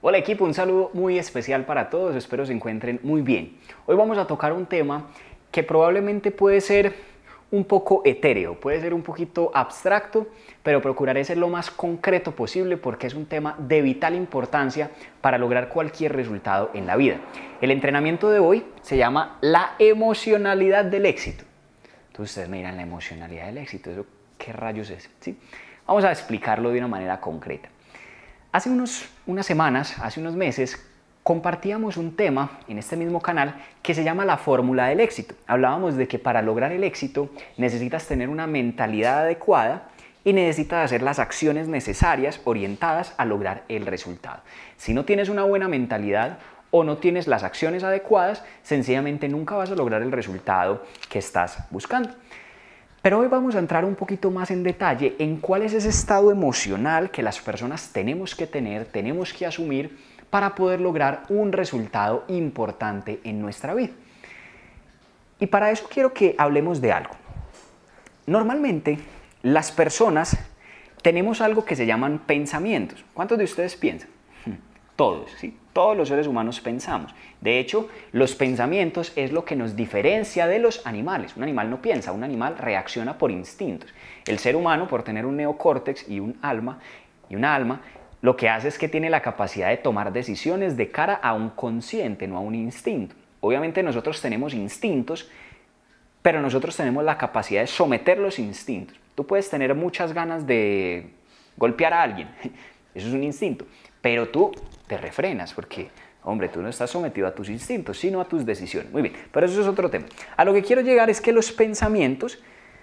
Hola equipo, un saludo muy especial para todos, espero se encuentren muy bien. Hoy vamos a tocar un tema que probablemente puede ser un poco etéreo, puede ser un poquito abstracto, pero procuraré ser lo más concreto posible porque es un tema de vital importancia para lograr cualquier resultado en la vida. El entrenamiento de hoy se llama la emocionalidad del éxito. Entonces ustedes me dirán, la emocionalidad del éxito, ¿eso qué rayos es? ¿Sí? Vamos a explicarlo de una manera concreta. Hace unas semanas, hace unos meses, compartíamos un tema en este mismo canal que se llama la fórmula del éxito. Hablábamos de que para lograr el éxito necesitas tener una mentalidad adecuada y necesitas hacer las acciones necesarias orientadas a lograr el resultado. Si no tienes una buena mentalidad o no tienes las acciones adecuadas, sencillamente nunca vas a lograr el resultado que estás buscando. Pero hoy vamos a entrar un poquito más en detalle en cuál es ese estado emocional que las personas tenemos que tener, tenemos que asumir para poder lograr un resultado importante en nuestra vida. Y para eso quiero que hablemos de algo. Normalmente las personas tenemos algo que se llaman pensamientos. ¿Cuántos de ustedes piensan? Todos, ¿sí? Todos los seres humanos pensamos. De hecho, los pensamientos es lo que nos diferencia de los animales. Un animal no piensa, un animal reacciona por instintos. El ser humano, por tener un neocórtex y una alma, lo que hace es que tiene la capacidad de tomar decisiones de cara a un consciente, no a un instinto. Obviamente nosotros tenemos instintos, pero nosotros tenemos la capacidad de someter los instintos. Tú puedes tener muchas ganas de golpear a alguien, eso es un instinto, pero tú te refrenas porque, hombre, tú no estás sometido a tus instintos, sino a tus decisiones. Muy bien, pero eso es otro tema. A lo que quiero llegar es que los pensamientos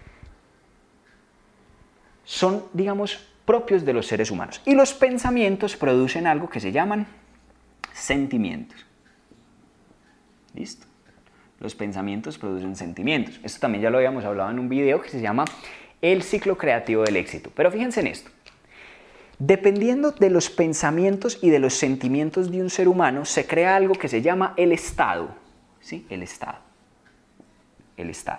son, digamos, propios de los seres humanos. Y los pensamientos producen algo que se llaman sentimientos. ¿Listo? Los pensamientos producen sentimientos. Esto también ya lo habíamos hablado en un video que se llama El ciclo creativo del éxito. Pero fíjense en esto. Dependiendo de los pensamientos y de los sentimientos de un ser humano, se crea algo que se llama el estado. ¿Sí? El estado. El estado.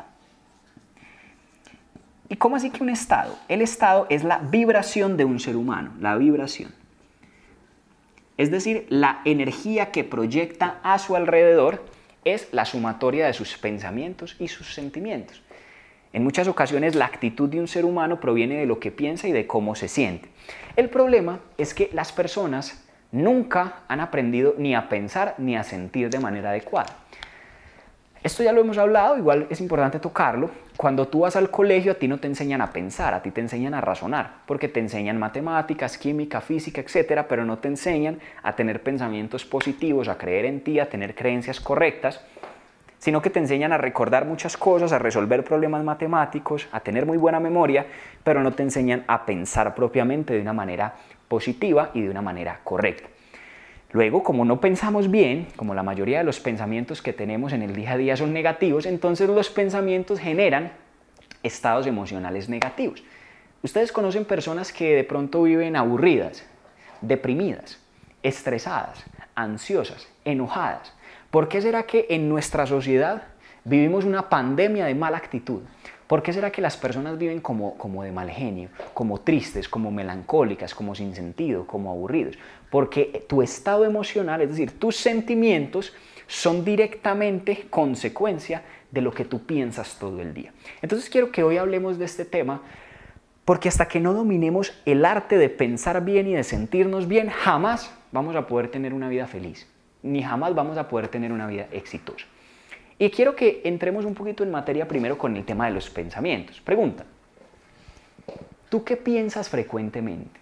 ¿Y cómo así que un estado? El estado es la vibración de un ser humano, la vibración. Es decir, la energía que proyecta a su alrededor es la sumatoria de sus pensamientos y sus sentimientos. En muchas ocasiones la actitud de un ser humano proviene de lo que piensa y de cómo se siente. El problema es que las personas nunca han aprendido ni a pensar ni a sentir de manera adecuada. Esto ya lo hemos hablado, igual es importante tocarlo. Cuando tú vas al colegio a ti no te enseñan a pensar, a ti te enseñan a razonar, porque te enseñan matemáticas, química, física, etcétera, pero no te enseñan a tener pensamientos positivos, a creer en ti, a tener creencias correctas, sino que te enseñan a recordar muchas cosas, a resolver problemas matemáticos, a tener muy buena memoria, pero no te enseñan a pensar propiamente de una manera positiva y de una manera correcta. Luego, como no pensamos bien, como la mayoría de los pensamientos que tenemos en el día a día son negativos, entonces los pensamientos generan estados emocionales negativos. Ustedes conocen personas que de pronto viven aburridas, deprimidas, estresadas, ansiosas, enojadas. ¿Por qué será que en nuestra sociedad vivimos una pandemia de mala actitud? ¿Por qué será que las personas viven como de mal genio, como tristes, como melancólicas, como sin sentido, como aburridos? Porque tu estado emocional, es decir, tus sentimientos, son directamente consecuencia de lo que tú piensas todo el día. Entonces quiero que hoy hablemos de este tema, porque hasta que no dominemos el arte de pensar bien y de sentirnos bien, jamás vamos a poder tener una vida feliz, ni jamás vamos a poder tener una vida exitosa. Y quiero que entremos un poquito en materia primero con el tema de los pensamientos. Pregunta, ¿tú qué piensas frecuentemente?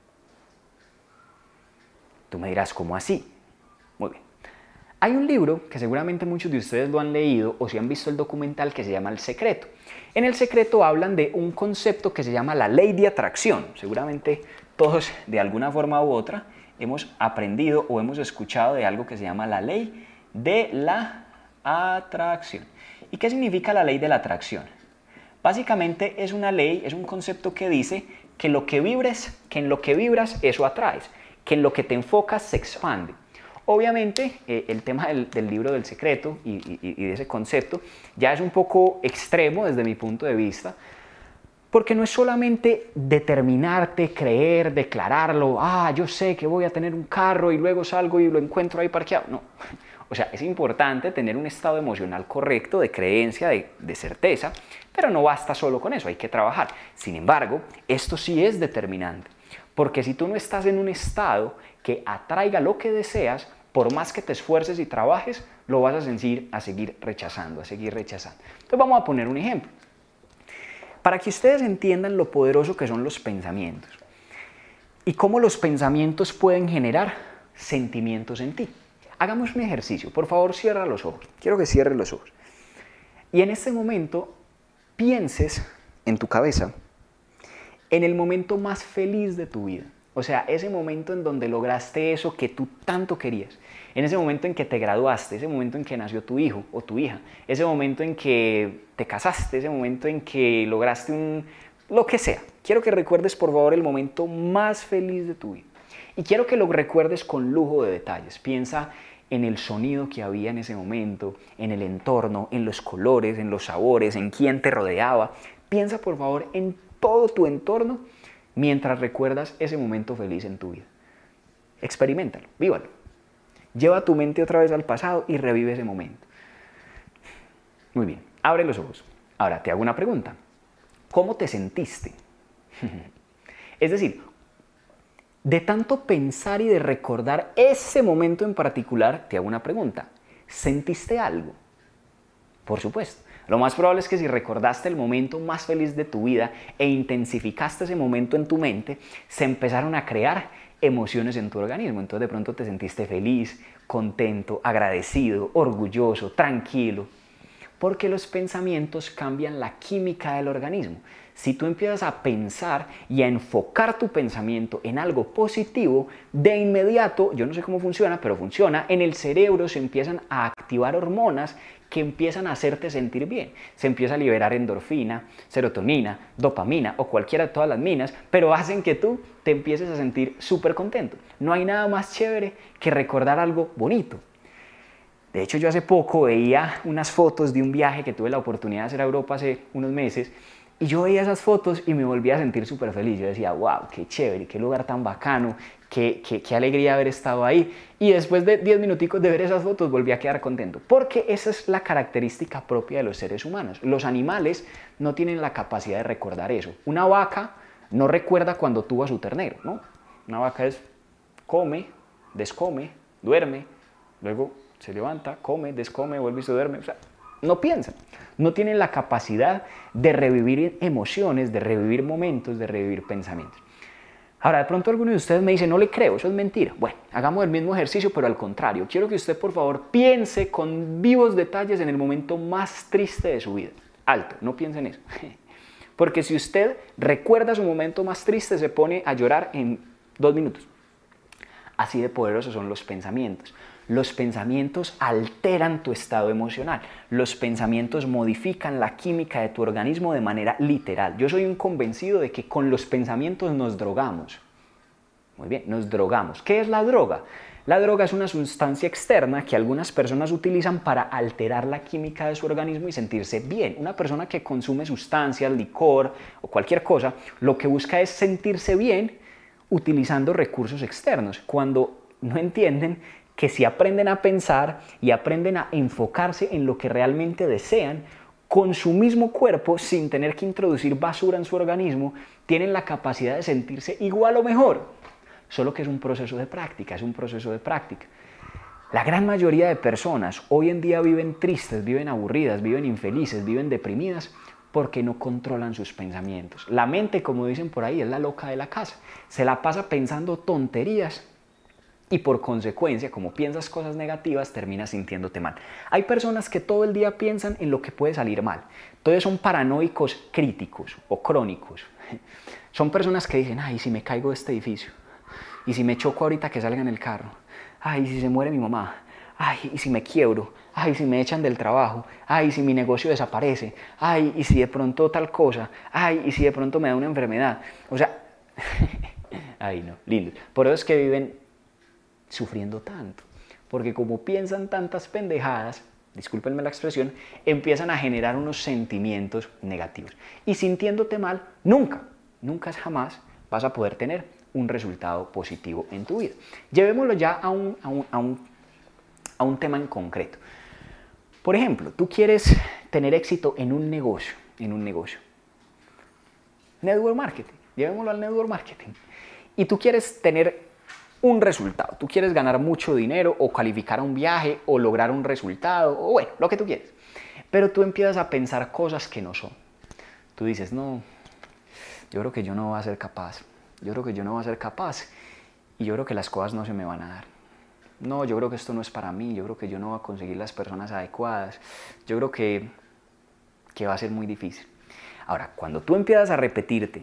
Tú me dirás, ¿cómo así? Muy bien. Hay un libro que seguramente muchos de ustedes lo han leído o si han visto el documental que se llama El Secreto. En El Secreto hablan de un concepto que se llama la ley de atracción. Seguramente todos de alguna forma u otra hemos aprendido o hemos escuchado de algo que se llama la ley de la atracción. ¿Y qué significa la ley de la atracción? Básicamente es una ley, es un concepto que dice que en lo que vibras eso atraes, que en lo que te enfocas se expande. Obviamente el tema del libro del secreto y de ese concepto ya es un poco extremo desde mi punto de vista, Porque no es solamente determinarte, creer, declararlo, yo sé que voy a tener un carro y luego salgo y lo encuentro ahí parqueado. No, o sea, es importante tener un estado emocional correcto de creencia, de certeza, pero no basta solo con eso, hay que trabajar. Sin embargo, esto sí es determinante, porque si tú no estás en un estado que atraiga lo que deseas, por más que te esfuerces y trabajes, lo vas a seguir rechazando, Entonces vamos a poner un ejemplo. Para que ustedes entiendan lo poderoso que son los pensamientos y cómo los pensamientos pueden generar sentimientos en ti. Hagamos un ejercicio, por favor cierra los ojos, quiero que cierres los ojos. Y en este momento pienses en tu cabeza en el momento más feliz de tu vida. O sea, ese momento en donde lograste eso que tú tanto querías. En ese momento en que te graduaste, ese momento en que nació tu hijo o tu hija, ese momento en que te casaste, ese momento en que lograste lo que sea. Quiero que recuerdes, por favor, el momento más feliz de tu vida. Y quiero que lo recuerdes con lujo de detalles. Piensa en el sonido que había en ese momento, en el entorno, en los colores, en los sabores, en quién te rodeaba. Piensa, por favor, en todo tu entorno mientras recuerdas ese momento feliz en tu vida. Experiméntalo, vívalo. Lleva tu mente otra vez al pasado y revive ese momento. Muy bien, abre los ojos. Ahora te hago una pregunta. ¿Cómo te sentiste? Es decir, de tanto pensar y de recordar ese momento en particular, te hago una pregunta. ¿Sentiste algo? Por supuesto. Lo más probable es que si recordaste el momento más feliz de tu vida e intensificaste ese momento en tu mente, se empezaron a crear emociones en tu organismo. Entonces de pronto te sentiste feliz, contento, agradecido, orgulloso, tranquilo. Porque los pensamientos cambian la química del organismo. Si tú empiezas a pensar y a enfocar tu pensamiento en algo positivo, de inmediato, yo no sé cómo funciona, pero funciona, en el cerebro se empiezan a activar hormonas que empiezan a hacerte sentir bien. Se empieza a liberar endorfina, serotonina, dopamina o cualquiera de todas las minas, pero hacen que tú te empieces a sentir súper contento. No hay nada más chévere que recordar algo bonito. De hecho, yo hace poco veía unas fotos de un viaje que tuve la oportunidad de hacer a Europa hace unos meses y yo veía esas fotos y me volví a sentir súper feliz. Yo decía, wow, qué chévere, qué lugar tan bacano, qué alegría haber estado ahí. Y después de 10 minuticos de ver esas fotos volví a quedar contento. Porque esa es la característica propia de los seres humanos. Los animales no tienen la capacidad de recordar eso. Una vaca no recuerda cuando tuvo a su ternero, ¿no? Una vaca come, descome, duerme, luego se levanta, come, descome, vuelve y se duerme. O sea, no piensan, no tienen la capacidad de revivir emociones, de revivir momentos, de revivir pensamientos. Ahora, de pronto alguno de ustedes me dice, no le creo, eso es mentira. Bueno, hagamos el mismo ejercicio, pero al contrario. Quiero que usted, por favor, piense con vivos detalles en el momento más triste de su vida. Alto, no piense en eso. Porque si usted recuerda su momento más triste, se pone a llorar en 2 minutos. Así de poderosos son los pensamientos. Los pensamientos alteran tu estado emocional. Los pensamientos modifican la química de tu organismo de manera literal. Yo soy un convencido de que con los pensamientos nos drogamos. Muy bien, nos drogamos. ¿Qué es la droga? La droga es una sustancia externa que algunas personas utilizan para alterar la química de su organismo y sentirse bien. Una persona que consume sustancias, licor o cualquier cosa, lo que busca es sentirse bien utilizando recursos externos, cuando no entienden que si aprenden a pensar y aprenden a enfocarse en lo que realmente desean, con su mismo cuerpo, sin tener que introducir basura en su organismo, tienen la capacidad de sentirse igual o mejor. Solo que es un proceso de práctica, La gran mayoría de personas hoy en día viven tristes, viven aburridas, viven infelices, viven deprimidas, porque no controlan sus pensamientos. La mente, como dicen por ahí, es la loca de la casa. Se la pasa pensando tonterías y por consecuencia, como piensas cosas negativas, terminas sintiéndote mal. Hay personas que todo el día piensan en lo que puede salir mal. Entonces son paranoicos críticos o crónicos. Son personas que dicen, ay, si me caigo de este edificio, y si me choco ahorita que salga en el carro, ay, si se muere mi mamá, ay, y si me quiebro, ay, si me echan del trabajo, ay, si mi negocio desaparece, ay, y si de pronto tal cosa, ay, y si de pronto me da una enfermedad. O sea, ay no, lindo. Por eso es que viven sufriendo tanto, porque como piensan tantas pendejadas, discúlpenme la expresión, empiezan a generar unos sentimientos negativos. Y sintiéndote mal, nunca jamás vas a poder tener un resultado positivo en tu vida. Llevémoslo ya a un tema en concreto. Por ejemplo, tú quieres tener éxito en un negocio. Network marketing, llevémoslo al network marketing. Y tú quieres tener un resultado, tú quieres ganar mucho dinero o calificar a un viaje o lograr un resultado o bueno, lo que tú quieres. Pero tú empiezas a pensar cosas que no son. Tú dices, no, yo creo que yo no voy a ser capaz. Yo creo que yo no voy a ser capaz y yo creo que las cosas no se me van a dar. No, yo creo que esto no es para mí, yo creo que yo no voy a conseguir las personas adecuadas. Yo creo que va a ser muy difícil. Ahora, cuando tú empiezas a repetirte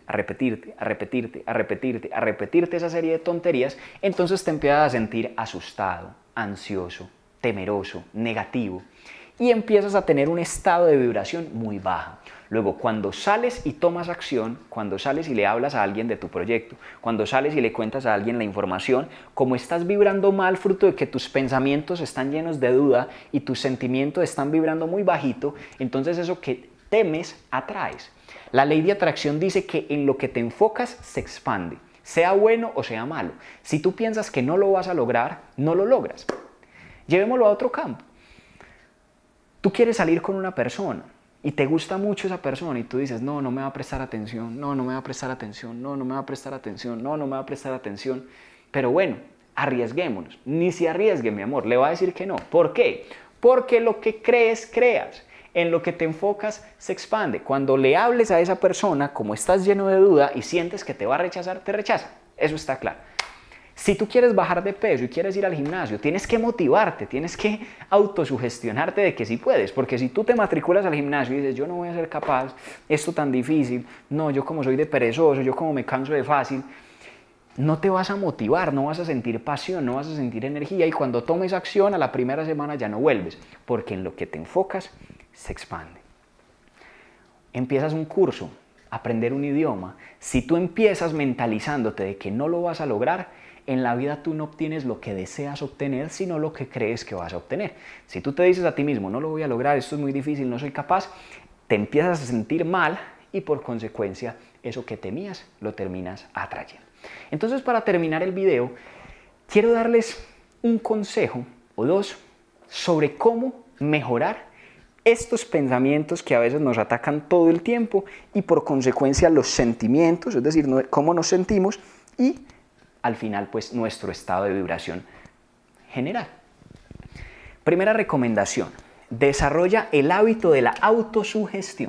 esa serie de tonterías, entonces te empiezas a sentir asustado, ansioso, temeroso, negativo y empiezas a tener un estado de vibración muy baja. Luego, cuando sales y tomas acción, cuando sales y le hablas a alguien de tu proyecto, cuando sales y le cuentas a alguien la información, como estás vibrando mal fruto de que tus pensamientos están llenos de duda y tus sentimientos están vibrando muy bajito, entonces eso que temes atraes. La ley de atracción dice que en lo que te enfocas se expande, sea bueno o sea malo. Si tú piensas que no lo vas a lograr, no lo logras. Llevémoslo a otro campo. Tú quieres salir con una persona y te gusta mucho esa persona y tú dices, no me va a prestar atención, no me va a prestar atención, no me va a prestar atención, no me va a prestar atención. Pero bueno, arriesguémonos. Ni se arriesgue, mi amor, le va a decir que no. ¿Por qué? Porque lo que crees, creas. En lo que te enfocas se expande. Cuando le hables a esa persona, como estás lleno de duda y sientes que te va a rechazar, te rechaza. Eso está claro. Si tú quieres bajar de peso y quieres ir al gimnasio, tienes que motivarte, tienes que autosugestionarte de que sí puedes. Porque si tú te matriculas al gimnasio y dices, yo no voy a ser capaz, esto tan difícil, no, yo como soy de perezoso, yo como me canso de fácil, no te vas a motivar, no vas a sentir pasión, no vas a sentir energía y cuando tomes acción a la primera semana ya no vuelves. Porque en lo que te enfocas se expande. Empiezas un curso, aprender un idioma. Si tú empiezas mentalizándote de que no lo vas a lograr, en la vida tú no obtienes lo que deseas obtener, sino lo que crees que vas a obtener. Si tú te dices a ti mismo, no lo voy a lograr, esto es muy difícil, no soy capaz, te empiezas a sentir mal y por consecuencia eso que temías lo terminas atrayendo. Entonces, para terminar el video, quiero darles un consejo o dos sobre cómo mejorar estos pensamientos que a veces nos atacan todo el tiempo y por consecuencia los sentimientos, es decir, cómo nos sentimos y al final pues nuestro estado de vibración general. Primera recomendación, desarrolla el hábito de la autosugestión.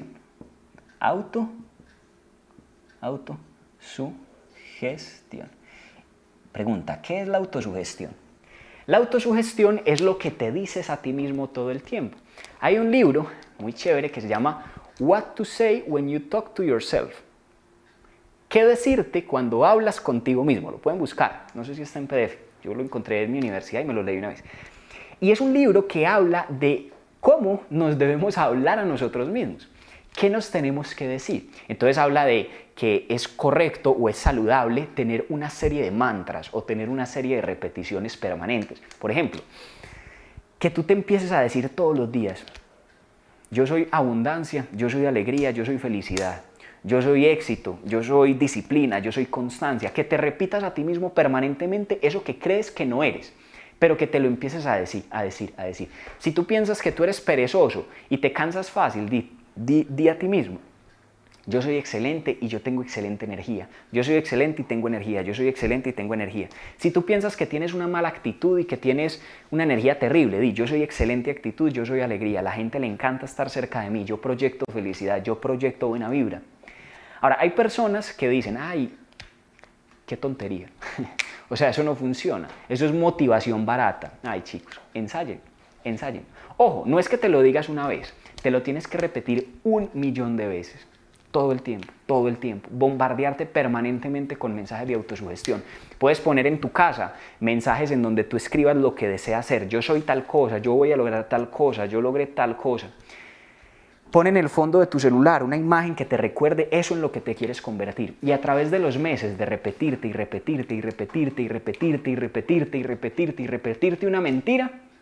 Autosugestión. Pregunta, ¿qué es la autosugestión? La autosugestión es lo que te dices a ti mismo todo el tiempo. Hay un libro muy chévere que se llama What to Say When You Talk to Yourself. ¿Qué decirte cuando hablas contigo mismo? Lo pueden buscar, no sé si está en PDF. Yo lo encontré en mi universidad y me lo leí una vez. Y es un libro que habla de cómo nos debemos hablar a nosotros mismos. ¿Qué nos tenemos que decir? Entonces habla de que es correcto o es saludable tener una serie de mantras o tener una serie de repeticiones permanentes. Por ejemplo, que tú te empieces a decir todos los días, yo soy abundancia, yo soy alegría, yo soy felicidad, yo soy éxito, yo soy disciplina, yo soy constancia. Que te repitas a ti mismo permanentemente eso que crees que no eres, pero que te lo empieces a decir. Si tú piensas que tú eres perezoso y te cansas fácil, di a ti mismo, yo soy excelente y yo tengo excelente energía. Yo soy excelente y tengo energía. Yo soy excelente y tengo energía. Si tú piensas que tienes una mala actitud y que tienes una energía terrible, di, yo soy excelente actitud, yo soy alegría. A la gente le encanta estar cerca de mí. Yo proyecto felicidad, yo proyecto buena vibra. Ahora, hay personas que dicen, ay, qué tontería. O sea, eso no funciona. Eso es motivación barata. Ay, chicos, ensayen. Ojo, no es que te lo digas una vez. Te lo tienes que repetir 1.000.000 de veces. Todo el tiempo, bombardearte permanentemente con mensajes de autosugestión. Puedes poner en tu casa mensajes en donde tú escribas lo que deseas hacer. Yo soy tal cosa, yo voy a lograr tal cosa, yo logré tal cosa. Pon en el fondo de tu celular una imagen que te recuerde eso en lo que te quieres convertir. Y a través de los meses de repetirte una mentira,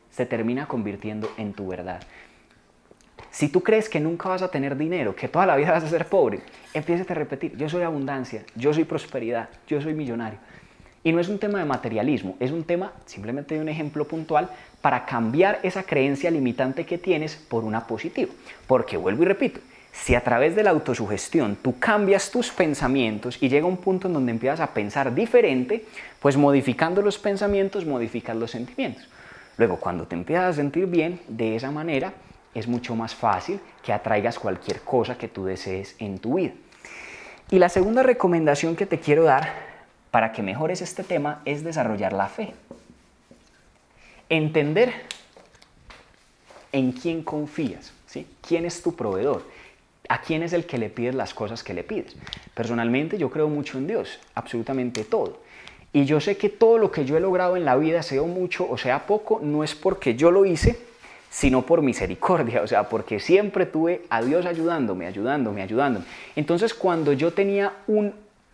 se termina convirtiendo en tu verdad. Si tú crees que nunca vas a tener dinero, que toda la vida vas a ser pobre, empiézate a repetir, yo soy abundancia, yo soy prosperidad, yo soy millonario. Y no es un tema de materialismo, es un tema simplemente de un ejemplo puntual para cambiar esa creencia limitante que tienes por una positiva. Porque vuelvo y repito, si a través de la autosugestión tú cambias tus pensamientos y llega un punto en donde empiezas a pensar diferente, pues modificando los pensamientos modificas los sentimientos. Luego, cuando te empiezas a sentir bien de esa manera, es mucho más fácil que atraigas cualquier cosa que tú desees en tu vida. Y la segunda recomendación que te quiero dar para que mejores este tema es desarrollar la fe. Entender en quién confías, ¿sí? ¿Quién es tu proveedor? ¿A quién es el que le pides las cosas que le pides? Personalmente yo creo mucho en Dios, absolutamente todo. Y yo sé que todo lo que yo he logrado en la vida, sea mucho o sea poco, no es porque yo lo hice, sino por misericordia, o sea, porque siempre tuve a Dios ayudándome. Entonces, cuando yo tenía un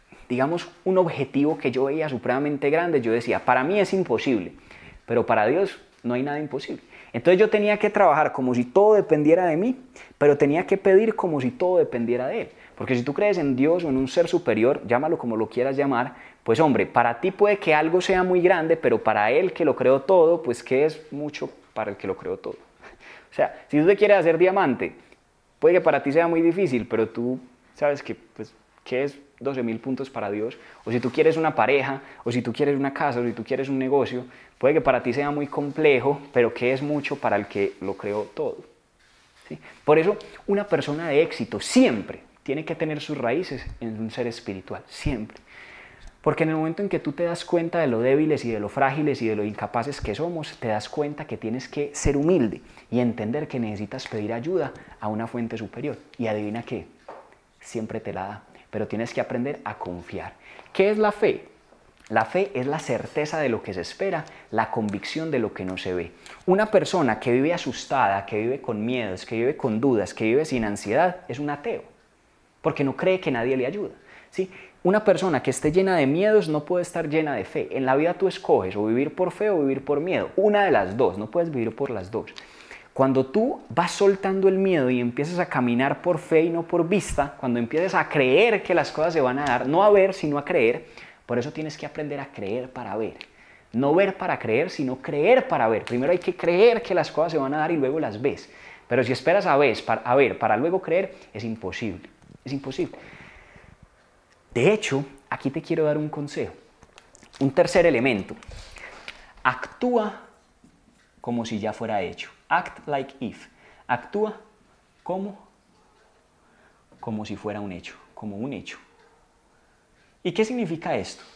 objetivo que yo veía supremamente grande, yo decía, para mí es imposible, pero para Dios no hay nada imposible. Entonces yo tenía que trabajar como si todo dependiera de mí, pero tenía que pedir como si todo dependiera de Él. Porque si tú crees en Dios o en un ser superior, llámalo como lo quieras llamar, pues hombre, para ti puede que algo sea muy grande, pero para Él que lo creó todo, pues ¿qué es mucho para el que lo creó todo? O sea, si tú te quieres hacer diamante, puede que para ti sea muy difícil, pero tú sabes que, pues, ¿qué es 12.000 puntos para Dios? O si tú quieres una pareja, o si tú quieres una casa, o si tú quieres un negocio, puede que para ti sea muy complejo, pero ¿qué es mucho para el que lo creó todo? ¿Sí? Por eso, una persona de éxito siempre tiene que tener sus raíces en un ser espiritual, siempre. Porque en el momento en que tú te das cuenta de lo débiles y de lo frágiles y de lo incapaces que somos, te das cuenta que tienes que ser humilde y entender que necesitas pedir ayuda a una fuente superior. Y adivina qué, siempre te la da, pero tienes que aprender a confiar. ¿Qué es la fe? La fe es la certeza de lo que se espera, la convicción de lo que no se ve. Una persona que vive asustada, que vive con miedos, que vive con dudas, que vive sin ansiedad, es un ateo, porque no cree que nadie le ayuda, ¿sí? Una persona que esté llena de miedos no puede estar llena de fe. En la vida tú escoges o vivir por fe o vivir por miedo. Una de las dos, no puedes vivir por las dos. Cuando tú vas soltando el miedo y empiezas a caminar por fe y no por vista, cuando empiezas a creer que las cosas se van a dar, no a ver, sino a creer, por eso tienes que aprender a creer para ver. No ver para creer, sino creer para ver. Primero hay que creer que las cosas se van a dar y luego las ves. Pero si esperas a ver para luego creer, es imposible. Es imposible. De hecho, aquí te quiero dar un consejo. Un tercer elemento. Actúa como si ya fuera hecho. Act like if. Actúa como si fuera un hecho, como un hecho. ¿Y qué significa esto?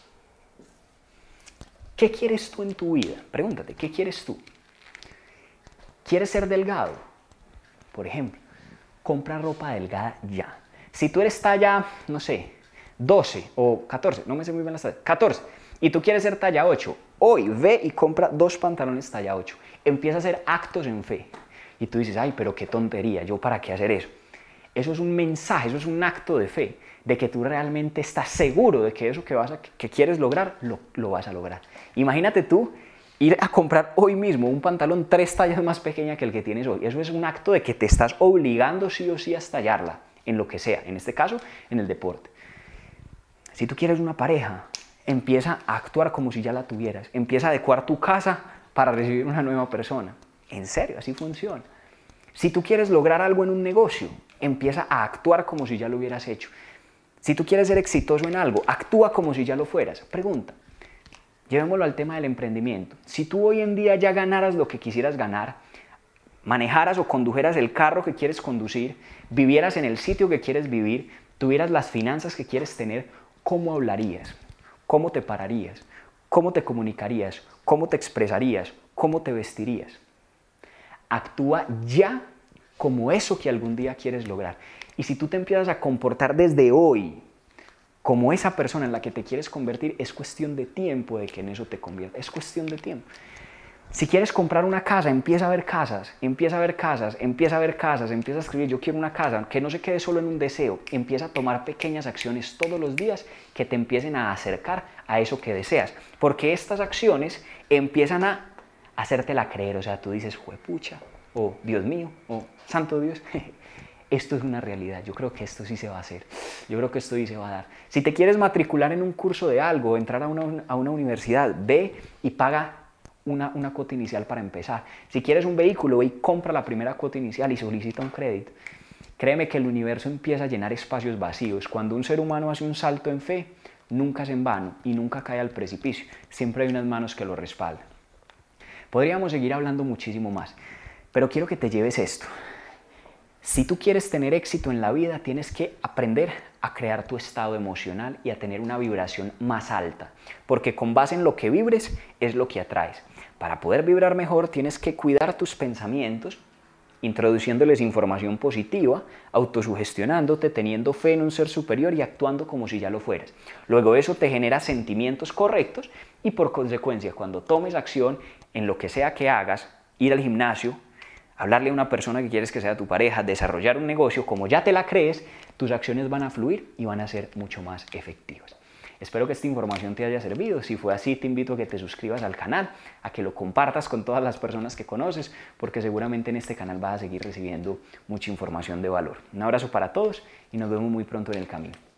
¿Qué quieres tú en tu vida? Pregúntate, ¿qué quieres tú? ¿Quieres ser delgado? Por ejemplo, compra ropa delgada ya. Si tú eres talla, no sé, 12 o 14, no me sé muy bien las tallas, 14, y tú quieres ser talla 8, hoy ve y compra 2 pantalones talla 8. Empieza a hacer actos en fe. Y tú dices, ay, pero qué tontería, ¿yo para qué hacer eso? Eso es un mensaje, eso es un acto de fe, de que tú realmente estás seguro de que eso que quieres lograr, lo vas a lograr. Imagínate tú ir a comprar hoy mismo un pantalón 3 tallas más pequeña que el que tienes hoy. Eso es un acto de que te estás obligando sí o sí a estallarla, en lo que sea, en este caso, en el deporte. Si tú quieres una pareja, empieza a actuar como si ya la tuvieras. Empieza a adecuar tu casa para recibir una nueva persona. En serio, así funciona. Si tú quieres lograr algo en un negocio, empieza a actuar como si ya lo hubieras hecho. Si tú quieres ser exitoso en algo, actúa como si ya lo fueras. Pregunta, llevémoslo al tema del emprendimiento. Si tú hoy en día ya ganaras lo que quisieras ganar, manejaras o condujeras el carro que quieres conducir, vivieras en el sitio que quieres vivir, tuvieras las finanzas que quieres tener, ¿cómo hablarías? ¿Cómo te pararías? ¿Cómo te comunicarías? ¿Cómo te expresarías? ¿Cómo te vestirías? Actúa ya como eso que algún día quieres lograr. Y si tú te empiezas a comportar desde hoy como esa persona en la que te quieres convertir, es cuestión de tiempo de que en eso te conviertas. Es cuestión de tiempo. Si quieres comprar una casa, empieza a ver casas, empieza a ver casas, empieza a ver casas, empieza a escribir, yo quiero una casa, que no se quede solo en un deseo, empieza a tomar pequeñas acciones todos los días que te empiecen a acercar a eso que deseas, porque estas acciones empiezan a hacértela creer, o sea, tú dices, juepucha, o Dios mío, o santo Dios, esto es una realidad, yo creo que esto sí se va a hacer, yo creo que esto sí se va a dar. Si te quieres matricular en un curso de algo, entrar a una universidad, ve y paga una cuota inicial para empezar. Si quieres un vehículo, ve y compra la primera cuota inicial y solicita un crédito. Créeme que el universo empieza a llenar espacios vacíos. Cuando un ser humano hace un salto en fe, nunca es en vano y nunca cae al precipicio. Siempre hay unas manos que lo respaldan. Podríamos seguir hablando muchísimo más, pero quiero que te lleves esto. Si tú quieres tener éxito en la vida, tienes que aprender a crear tu estado emocional y a tener una vibración más alta, porque con base en lo que vibres es lo que atraes. Para poder vibrar mejor tienes que cuidar tus pensamientos, introduciéndoles información positiva, autosugestionándote, teniendo fe en un ser superior y actuando como si ya lo fueras. Luego eso te genera sentimientos correctos y por consecuencia cuando tomes acción en lo que sea que hagas, ir al gimnasio, hablarle a una persona que quieres que sea tu pareja, desarrollar un negocio, como ya te la crees, tus acciones van a fluir y van a ser mucho más efectivas. Espero que esta información te haya servido. Si fue así, te invito a que te suscribas al canal, a que lo compartas con todas las personas que conoces, porque seguramente en este canal vas a seguir recibiendo mucha información de valor. Un abrazo para todos y nos vemos muy pronto en el camino.